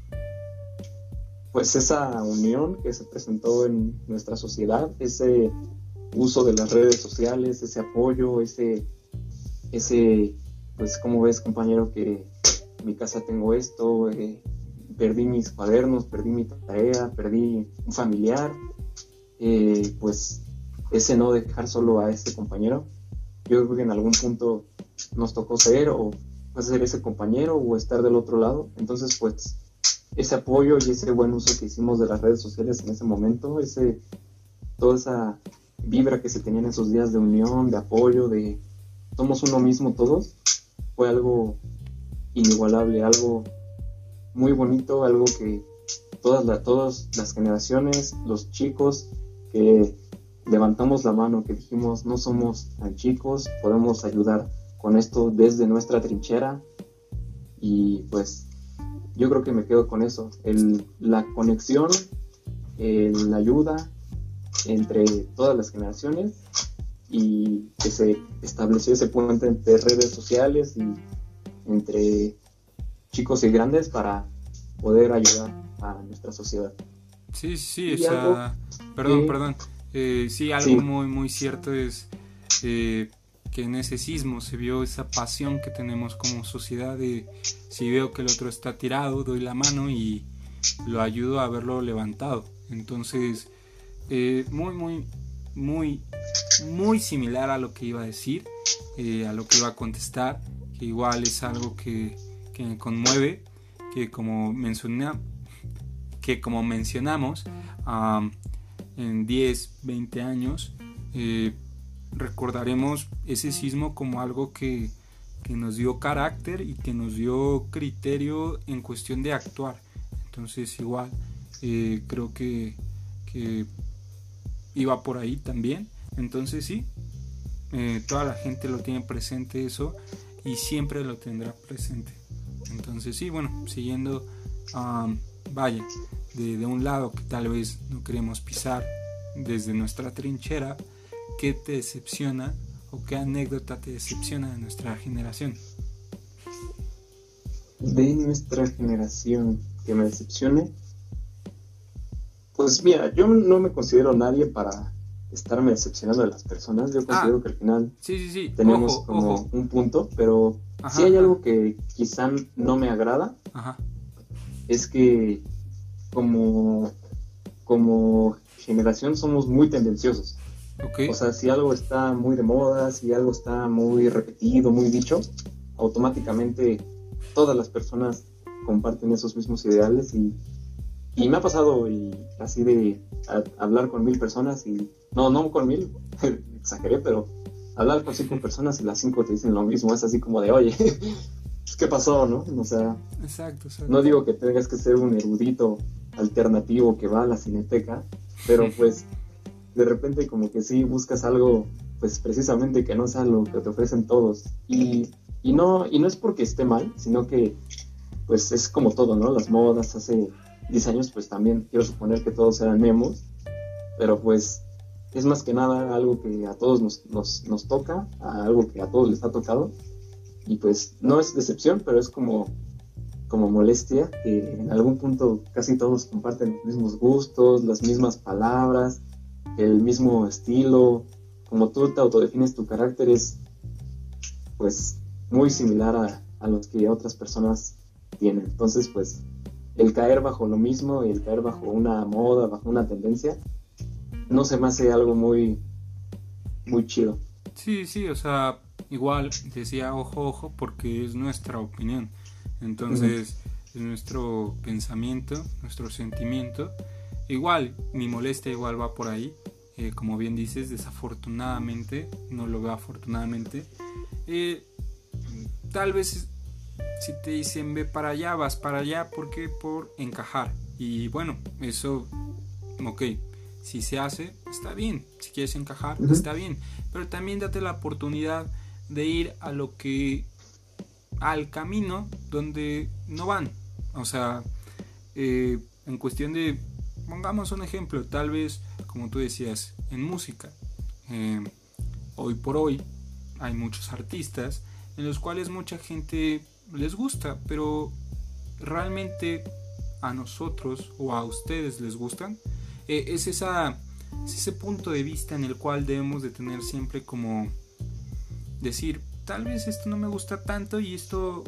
Speaker 2: pues esa unión que se presentó en nuestra sociedad, ese uso de las redes sociales, ese apoyo, ese, ese, pues como ves, compañero, que en mi casa tengo esto, eh, perdí mis cuadernos, perdí mi tarea, perdí un familiar, eh, pues ese no dejar solo a este compañero. Yo creo que en algún punto nos tocó ser, o pues ser ese compañero o estar del otro lado. Entonces, pues ese apoyo y ese buen uso que hicimos de las redes sociales en ese momento, ese, toda esa vibra que se tenía en esos días de unión, de apoyo, de somos uno mismo todos, fue algo inigualable, algo muy bonito, algo que todas, la, todas las generaciones, los chicos que levantamos la mano, que dijimos no somos tan chicos, podemos ayudar con esto desde nuestra trinchera. Y pues yo creo que me quedo con eso, el, la conexión, el, la ayuda entre todas las generaciones, y que se estableció ese puente entre redes sociales y entre chicos y grandes para poder ayudar a nuestra sociedad.
Speaker 1: Sí, sí, o sea, perdón,
Speaker 2: que,
Speaker 1: perdón, eh, sí, algo sí. muy, muy cierto es eh, que en ese sismo se vio esa pasión que tenemos como sociedad de si veo que el otro está tirado, doy la mano y lo ayudo a verlo levantado. Entonces, eh, muy, muy, muy, muy similar a lo que iba a decir, eh, a lo que iba a contestar, que igual es algo que, que me conmueve, que como menciona, que como mencionamos, um, en diez, veinte años eh, recordaremos ese sismo como algo que, que nos dio carácter y que nos dio criterio en cuestión de actuar. Entonces igual eh, creo que, que iba por ahí también. Entonces sí, eh, toda la gente lo tiene presente eso y siempre lo tendrá presente. Entonces sí, bueno, siguiendo, um, vaya, de, de un lado que tal vez no queremos pisar desde nuestra trinchera, ¿qué te decepciona o qué anécdota te decepciona de nuestra generación?
Speaker 2: De nuestra generación que me decepcione, pues mira, yo no me considero nadie para estarme decepcionando de las personas. Yo considero ah, que al final
Speaker 1: sí, sí, sí.
Speaker 2: tenemos
Speaker 1: ojo,
Speaker 2: como
Speaker 1: ojo.
Speaker 2: un punto, pero
Speaker 1: ajá,
Speaker 2: si hay
Speaker 1: ajá.
Speaker 2: algo que quizá no me agrada,
Speaker 1: ajá.
Speaker 2: es que como, como generación somos muy tendenciosos.
Speaker 1: Okay.
Speaker 2: O sea, si algo está muy de moda, si algo está muy repetido, muy dicho, automáticamente todas las personas comparten esos mismos ideales. Y, y me ha pasado y así de a, hablar con mil personas y no, no con mil, exageré, pero hablar con cinco personas y las cinco te dicen lo mismo. Es así como de, oye, ¿qué pasó, no? O sea,
Speaker 1: exacto, exacto.
Speaker 2: No digo que tengas que ser un erudito alternativo que va a la cineteca, pero pues de repente como que sí buscas algo, pues precisamente que no sea lo que te ofrecen todos. Y, y, no, y no es porque esté mal, sino que pues es como todo, ¿no? Las modas hace diez años pues también quiero suponer que todos eran emos, pero pues es más que nada algo que a todos nos, nos, nos toca, a algo que a todos les ha tocado, y pues no es decepción, pero es como, como molestia, que en algún punto casi todos comparten los mismos gustos, las mismas palabras, el mismo estilo. Como tú te autodefines, tu carácter es pues muy similar a, a los que otras personas tienen. Entonces pues el caer bajo lo mismo y el caer bajo una moda, bajo una tendencia, no se me hace algo muy muy chido.
Speaker 1: Sí, sí, o sea, igual decía ojo, ojo, porque es nuestra opinión. Entonces uh-huh. es nuestro pensamiento, nuestro sentimiento. Igual, mi molestia igual va por ahí. Eh, como bien dices, desafortunadamente, no lo veo afortunadamente. Eh, tal vez si te dicen ve para allá, vas para allá, ¿por qué? Por encajar. Y bueno, eso, ok, si se hace, está bien. Si quieres encajar, uh-huh. está bien. Pero también date la oportunidad de ir a lo que, al camino donde no van. O sea, eh, en cuestión de, pongamos un ejemplo, tal vez, como tú decías, en música. Eh, hoy por hoy hay muchos artistas en los cuales mucha gente les gusta, pero realmente a nosotros o a ustedes les gustan. Eh, es, esa, es ese punto de vista en el cual debemos de tener siempre como decir, tal vez esto no me gusta tanto y esto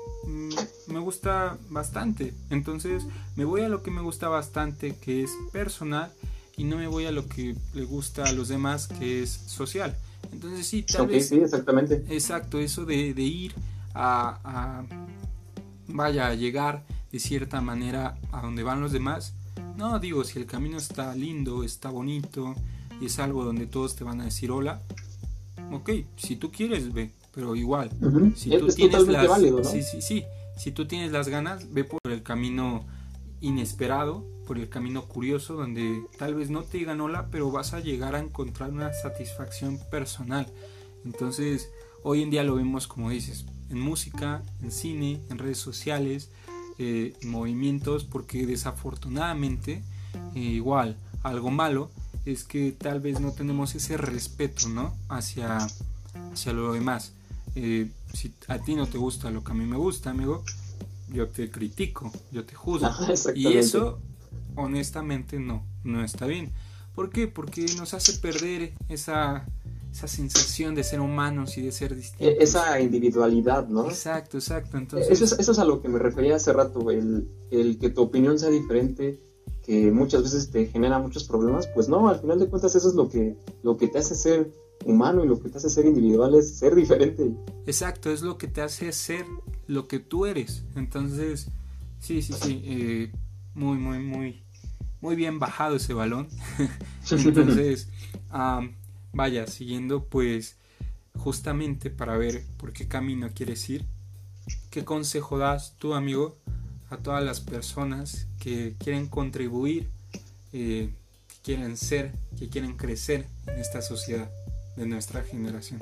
Speaker 1: mm, me gusta bastante. Entonces me voy a lo que me gusta bastante, que es personal, y no me voy a lo que le gusta a los demás, que es social. Entonces sí, tal
Speaker 2: okay,
Speaker 1: vez...
Speaker 2: sí, exactamente.
Speaker 1: Exacto, eso de, de ir a, a vaya a llegar de cierta manera a donde van los demás. No, digo, si el camino está lindo, está bonito y es algo donde todos te van a decir hola, ok, si tú quieres, ve, pero igual, uh-huh. si tú
Speaker 2: es
Speaker 1: tienes las
Speaker 2: válido, ¿no?
Speaker 1: sí, sí, sí, si tú tienes las ganas, ve por el camino inesperado, por el camino curioso, donde tal vez no te digan hola, pero vas a llegar a encontrar una satisfacción personal. Entonces, hoy en día lo vemos, como dices, en música, en cine, en redes sociales, eh, en movimientos, porque desafortunadamente, eh, igual, algo malo es que tal vez no tenemos ese respeto, ¿no? hacia, hacia lo demás. Eh, si a ti no te gusta lo que a mí me gusta, amigo, yo te critico, yo te juzgo.
Speaker 2: Ajá,
Speaker 1: y eso, honestamente, no, no está bien. ¿Por qué? Porque nos hace perder esa, esa sensación de ser humanos y de ser distintos.
Speaker 2: Esa individualidad, ¿no?
Speaker 1: Exacto, exacto. Entonces,
Speaker 2: eso, es, eso es a lo que me refería hace rato, el, el que tu opinión sea diferente, que muchas veces te genera muchos problemas. Pues no, al final de cuentas eso es lo que, lo que te hace ser humano, y lo que te hace ser individual es ser diferente.
Speaker 1: Exacto, es lo que te hace ser lo que tú eres. Entonces, sí, sí, sí, eh, muy, muy, muy, muy bien bajado ese balón. Entonces, um, vaya, siguiendo pues justamente para ver por qué camino quieres ir, ¿qué consejo das tú, amigo, a todas las personas que quieren contribuir, eh, que quieren ser, que quieren crecer en esta sociedad de nuestra generación?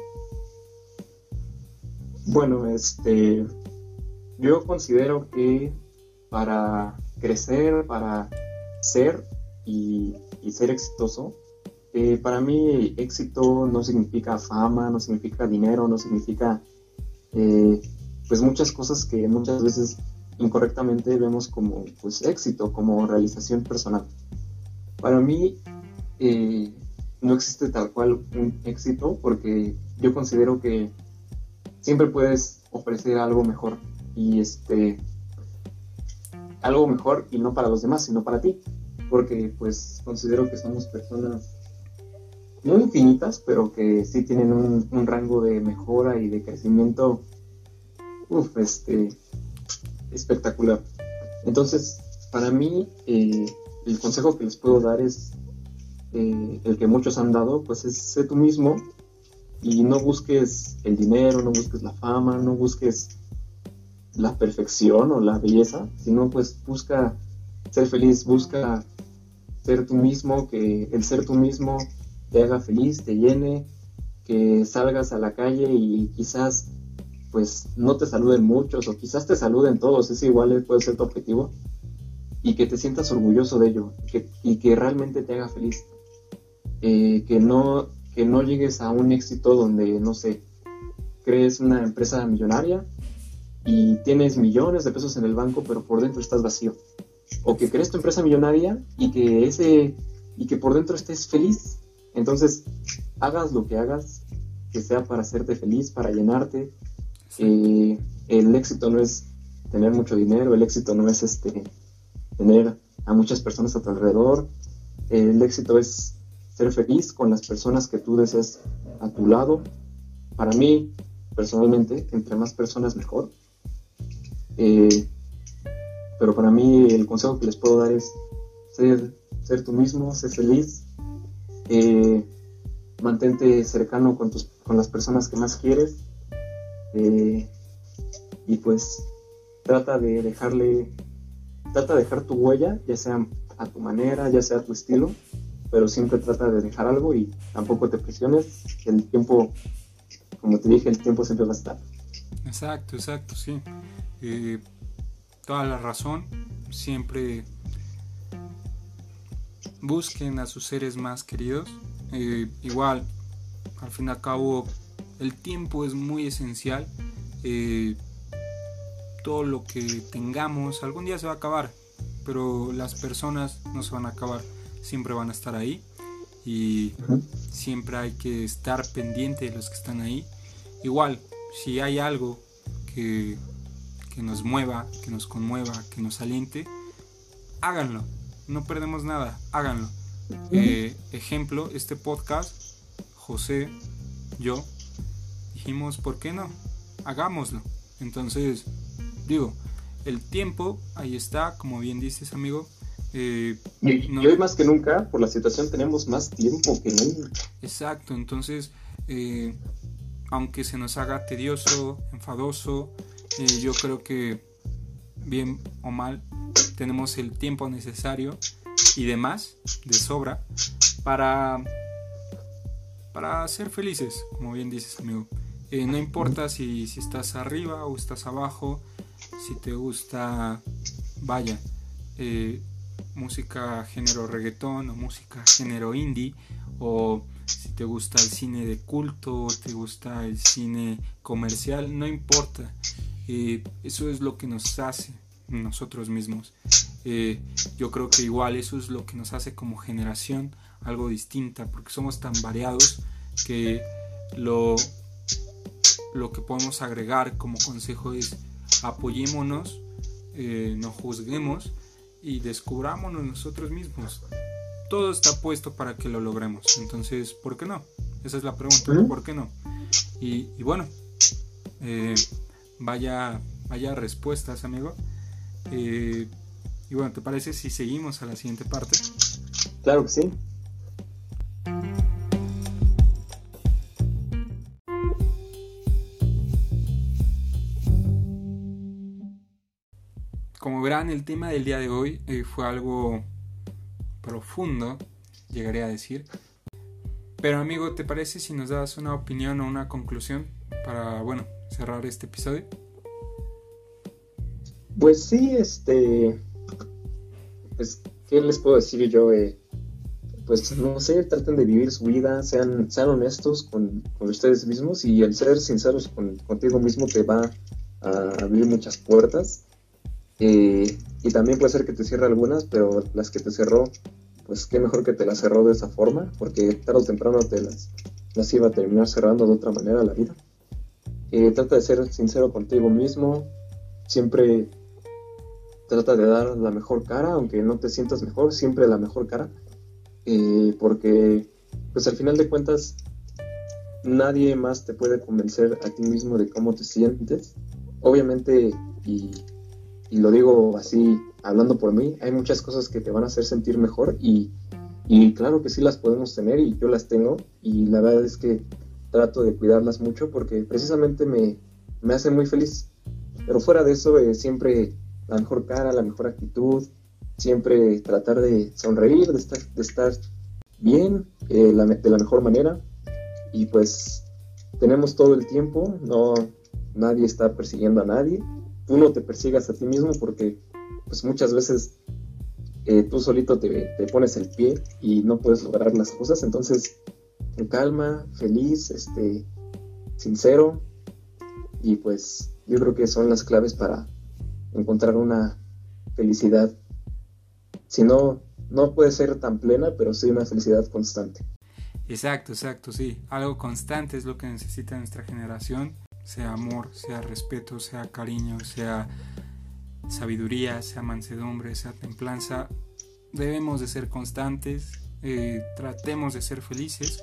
Speaker 2: Bueno, este, yo considero que para crecer, para ser y, y ser exitoso, eh, para mí éxito no significa fama, no significa dinero, no significa eh, pues muchas cosas que muchas veces incorrectamente vemos como pues éxito, como realización personal. Para mí eh, no existe tal cual un éxito, porque yo considero que siempre puedes ofrecer algo mejor, y este algo mejor y no para los demás, sino para ti, porque pues considero que somos personas no infinitas, pero que sí tienen un, un rango de mejora y de crecimiento uf, este espectacular. Entonces, para mí eh, el consejo que les puedo dar es eh, el que muchos han dado, pues es sé tú mismo y no busques el dinero, no busques la fama, no busques la perfección o la belleza, sino pues busca ser feliz, busca ser tú mismo, que el ser tú mismo te haga feliz, te llene, que salgas a la calle y quizás pues no te saluden muchos o quizás te saluden todos, es igual, puede ser tu objetivo, y que te sientas orgulloso de ello, que, y que realmente te haga feliz, eh, que no que no llegues a un éxito donde, no sé, crees una empresa millonaria y tienes millones de pesos en el banco, pero por dentro estás vacío. O que crees tu empresa millonaria y que ese y que por dentro estés feliz. Entonces, hagas lo que hagas, que sea para hacerte feliz, para llenarte. Eh, el éxito no es tener mucho dinero, el éxito no es este tener a muchas personas a tu alrededor. El éxito es ser feliz con las personas que tú deseas a tu lado. Para mí, personalmente, entre más personas mejor. Eh, pero para mí el consejo que les puedo dar es ser, ser tú mismo, ser feliz, eh, mantente cercano con, tus, con las personas que más quieres, eh, y pues trata de dejarle, trata de dejar tu huella, ya sea a tu manera, ya sea a tu estilo, pero siempre trata de dejar algo y tampoco te presiones. El tiempo, como te dije, el tiempo siempre va a estar.
Speaker 1: Exacto, exacto, sí. Eh, toda la razón. Siempre busquen a sus seres más queridos. Eh, igual, al fin y al cabo, el tiempo es muy esencial. Eh, todo lo que tengamos algún día se va a acabar, pero las personas no se van a acabar, siempre van a estar ahí, y uh-huh. siempre hay que estar pendiente de los que están ahí. Igual, si hay algo que, que nos mueva, que nos conmueva, que nos aliente, háganlo, no perdemos nada, háganlo. Uh-huh. Eh, ejemplo, este podcast, José, yo, dijimos, ¿por qué no? Hagámoslo. Entonces, digo, el tiempo ahí está, como bien dices, amigo. Eh,
Speaker 2: y,
Speaker 1: no...
Speaker 2: y hoy más que nunca, por la situación, tenemos más tiempo que nunca.
Speaker 1: Exacto, entonces, eh, aunque se nos haga tedioso, enfadoso, eh, yo creo que, bien o mal, tenemos el tiempo necesario y demás, de sobra, para, para ser felices, como bien dices, amigo. Eh, no importa si, si estás arriba o estás abajo, si te gusta, vaya, eh, música género reggaetón o música género indie, o si te gusta el cine de culto o te gusta el cine comercial, no importa. Eh, eso es lo que nos hace nosotros mismos. Eh, yo creo que igual eso es lo que nos hace como generación algo distinta, porque somos tan variados que lo, lo que podemos agregar como consejo es apoyémonos, eh, no juzguemos y descubrámonos nosotros mismos. Todo está puesto para que lo logremos. Entonces, ¿por qué no? Esa es la pregunta, ¿Mm? ¿Por qué no? Y, y bueno, eh, vaya, vaya respuestas, amigo. Eh, y bueno, ¿te parece si seguimos a la siguiente parte?
Speaker 2: Claro que sí.
Speaker 1: Como verán, el tema del día de hoy eh, fue algo profundo, llegaré a decir. Pero amigo, ¿te parece si nos das una opinión o una conclusión para, bueno, cerrar este episodio?
Speaker 2: Pues sí, este... Pues, ¿qué les puedo decir yo? Eh, pues, no sé, traten de vivir su vida, sean, sean honestos con, con ustedes mismos, y el ser sinceros con, contigo mismo te va a abrir muchas puertas. Eh, y también puede ser que te cierre algunas, pero las que te cerró, pues qué mejor que te las cerró de esa forma, porque tarde o temprano te las, las iba a terminar cerrando de otra manera la vida. Eh, trata de ser sincero contigo mismo, siempre trata de dar la mejor cara, aunque no te sientas mejor, siempre la mejor cara, eh, porque pues al final de cuentas nadie más te puede convencer a ti mismo de cómo te sientes. Obviamente, y y lo digo así, hablando por mí, hay muchas cosas que te van a hacer sentir mejor, y, y claro que sí las podemos tener, y yo las tengo, y la verdad es que trato de cuidarlas mucho porque precisamente me, me hace muy feliz. Pero fuera de eso, eh, siempre la mejor cara, la mejor actitud, siempre tratar de sonreír, de estar, de estar bien, eh, la, de la mejor manera, y pues tenemos todo el tiempo, no, nadie está persiguiendo a nadie. Tú no te persigas a ti mismo porque pues muchas veces eh, tú solito te, te pones el pie y no puedes lograr las cosas. Entonces, con calma, feliz, este, sincero, y pues yo creo que son las claves para encontrar una felicidad. Si no, no puede ser tan plena, pero sí una felicidad constante.
Speaker 1: Exacto, exacto, sí. Algo constante es lo que necesita nuestra generación. Sea amor, sea respeto, sea cariño, sea sabiduría, sea mansedumbre, sea templanza. Debemos de ser constantes, eh, tratemos de ser felices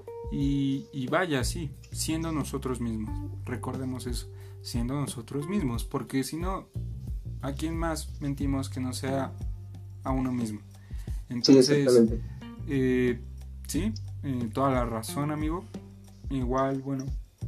Speaker 1: y, y vaya, sí, siendo nosotros mismos. Recordemos eso, siendo nosotros mismos, porque si no, ¿a quién más mentimos que no sea a uno mismo? Entonces,
Speaker 2: sí, exactamente.
Speaker 1: Eh, sí, eh, toda la razón, amigo. Igual, bueno,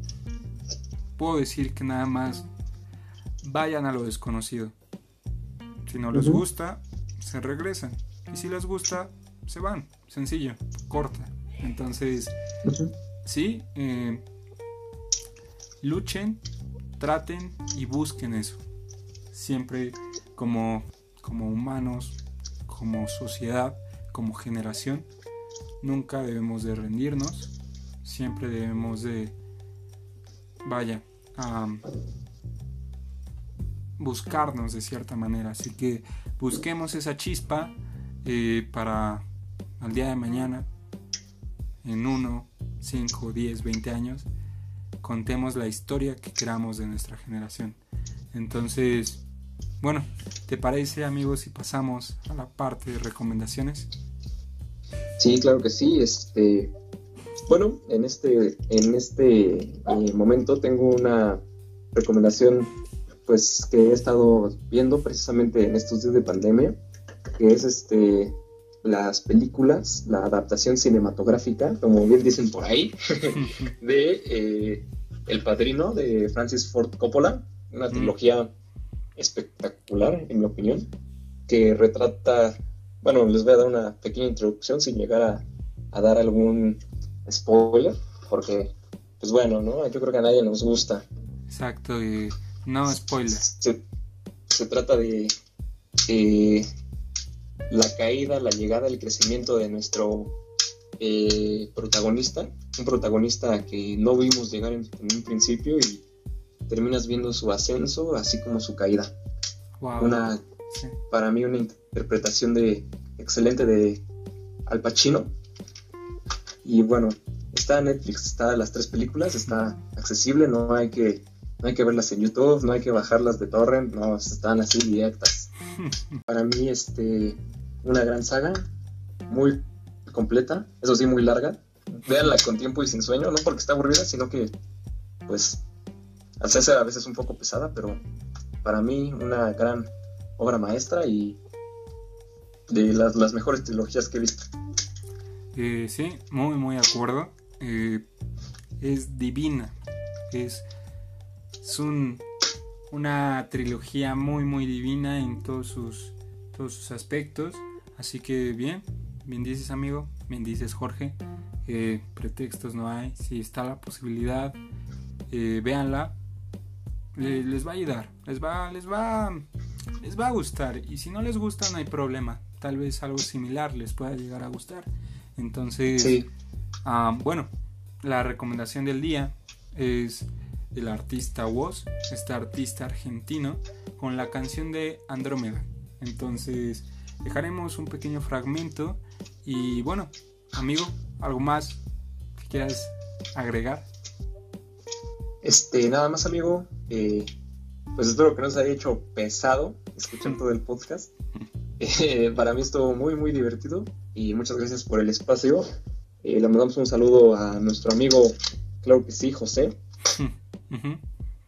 Speaker 1: puedo decir que nada más vayan a lo desconocido. Si no les uh-huh. gusta, se regresan. Y si les gusta, se van. Sencillo, corta. Entonces, uh-huh. sí, eh, luchen, traten y busquen eso. Siempre como, como humanos, como sociedad, como generación, nunca debemos de rendirnos. Siempre debemos de vaya, um, buscarnos de cierta manera. Así que busquemos esa chispa eh, para al día de mañana, en uno, cinco, diez, veinte años, contemos la historia que queramos de nuestra generación. Entonces, bueno, ¿te parece, amigos, si pasamos a la parte de recomendaciones?
Speaker 2: Sí, claro que sí. Este... Bueno, en este, en este eh, momento tengo una, recomendación pues que he estado viendo precisamente en estos días de pandemia, que es este las películas, la adaptación cinematográfica, como bien dicen por ahí, de eh, El Padrino de Francis Ford Coppola, una trilogía espectacular en mi opinión, que retrata, bueno, les voy a dar una pequeña introducción sin llegar a, a dar algún spoiler, porque pues bueno, ¿no? Yo creo que a nadie nos gusta.
Speaker 1: Exacto, y no spoiler.
Speaker 2: Se, se trata de eh, la caída, la llegada, el crecimiento de nuestro eh, protagonista, un protagonista que no vimos llegar en, en un principio y terminas viendo su ascenso, así como su caída.
Speaker 1: Wow.
Speaker 2: Una, sí. Para mí una interpretación de excelente de Al Pacino. Y bueno, está en Netflix, está las tres películas, está accesible, no hay que no hay que verlas en YouTube, no hay que bajarlas de torrent, no, están así directas. Para mí, este, una gran saga, muy completa, eso sí, muy larga. Véanla con tiempo y sin sueño, no porque está aburrida, sino que, pues, al ser a veces un poco pesada, pero para mí una gran obra maestra y de las, las mejores trilogías que he visto.
Speaker 1: Eh, sí, muy, muy de acuerdo. Eh, es divina, es... Es un, una trilogía muy muy divina en todos sus, todos sus aspectos. Así que bien, bien dices amigo, bien dices Jorge. Eh, pretextos no hay, si está la posibilidad, eh, véanla. Le, les va a ayudar, les va, les va, les va a gustar. Y si no les gusta no hay problema, tal vez algo similar les pueda llegar a gustar. Entonces,
Speaker 2: sí.
Speaker 1: uh, bueno, la recomendación del día es el artista Woz, este artista argentino, con la canción de Andrómeda. Entonces dejaremos un pequeño fragmento y bueno, amigo, ¿algo más que quieras agregar?
Speaker 2: Este, nada más amigo, eh, pues espero que no se haya hecho pesado escuchar todo el podcast. Eh, para mí estuvo muy muy divertido y muchas gracias por el espacio. Eh, le mandamos un saludo a nuestro amigo, claro que sí, José.
Speaker 1: Uh-huh.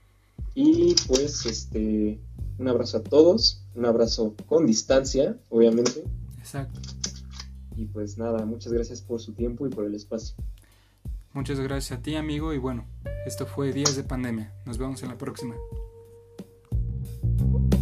Speaker 2: Y pues este un abrazo a todos, un abrazo con distancia, obviamente.
Speaker 1: Exacto.
Speaker 2: Y pues nada, muchas gracias por su tiempo y por el espacio.
Speaker 1: Muchas gracias a ti amigo y bueno, esto fue Días de Pandemia. Nos vemos en la próxima.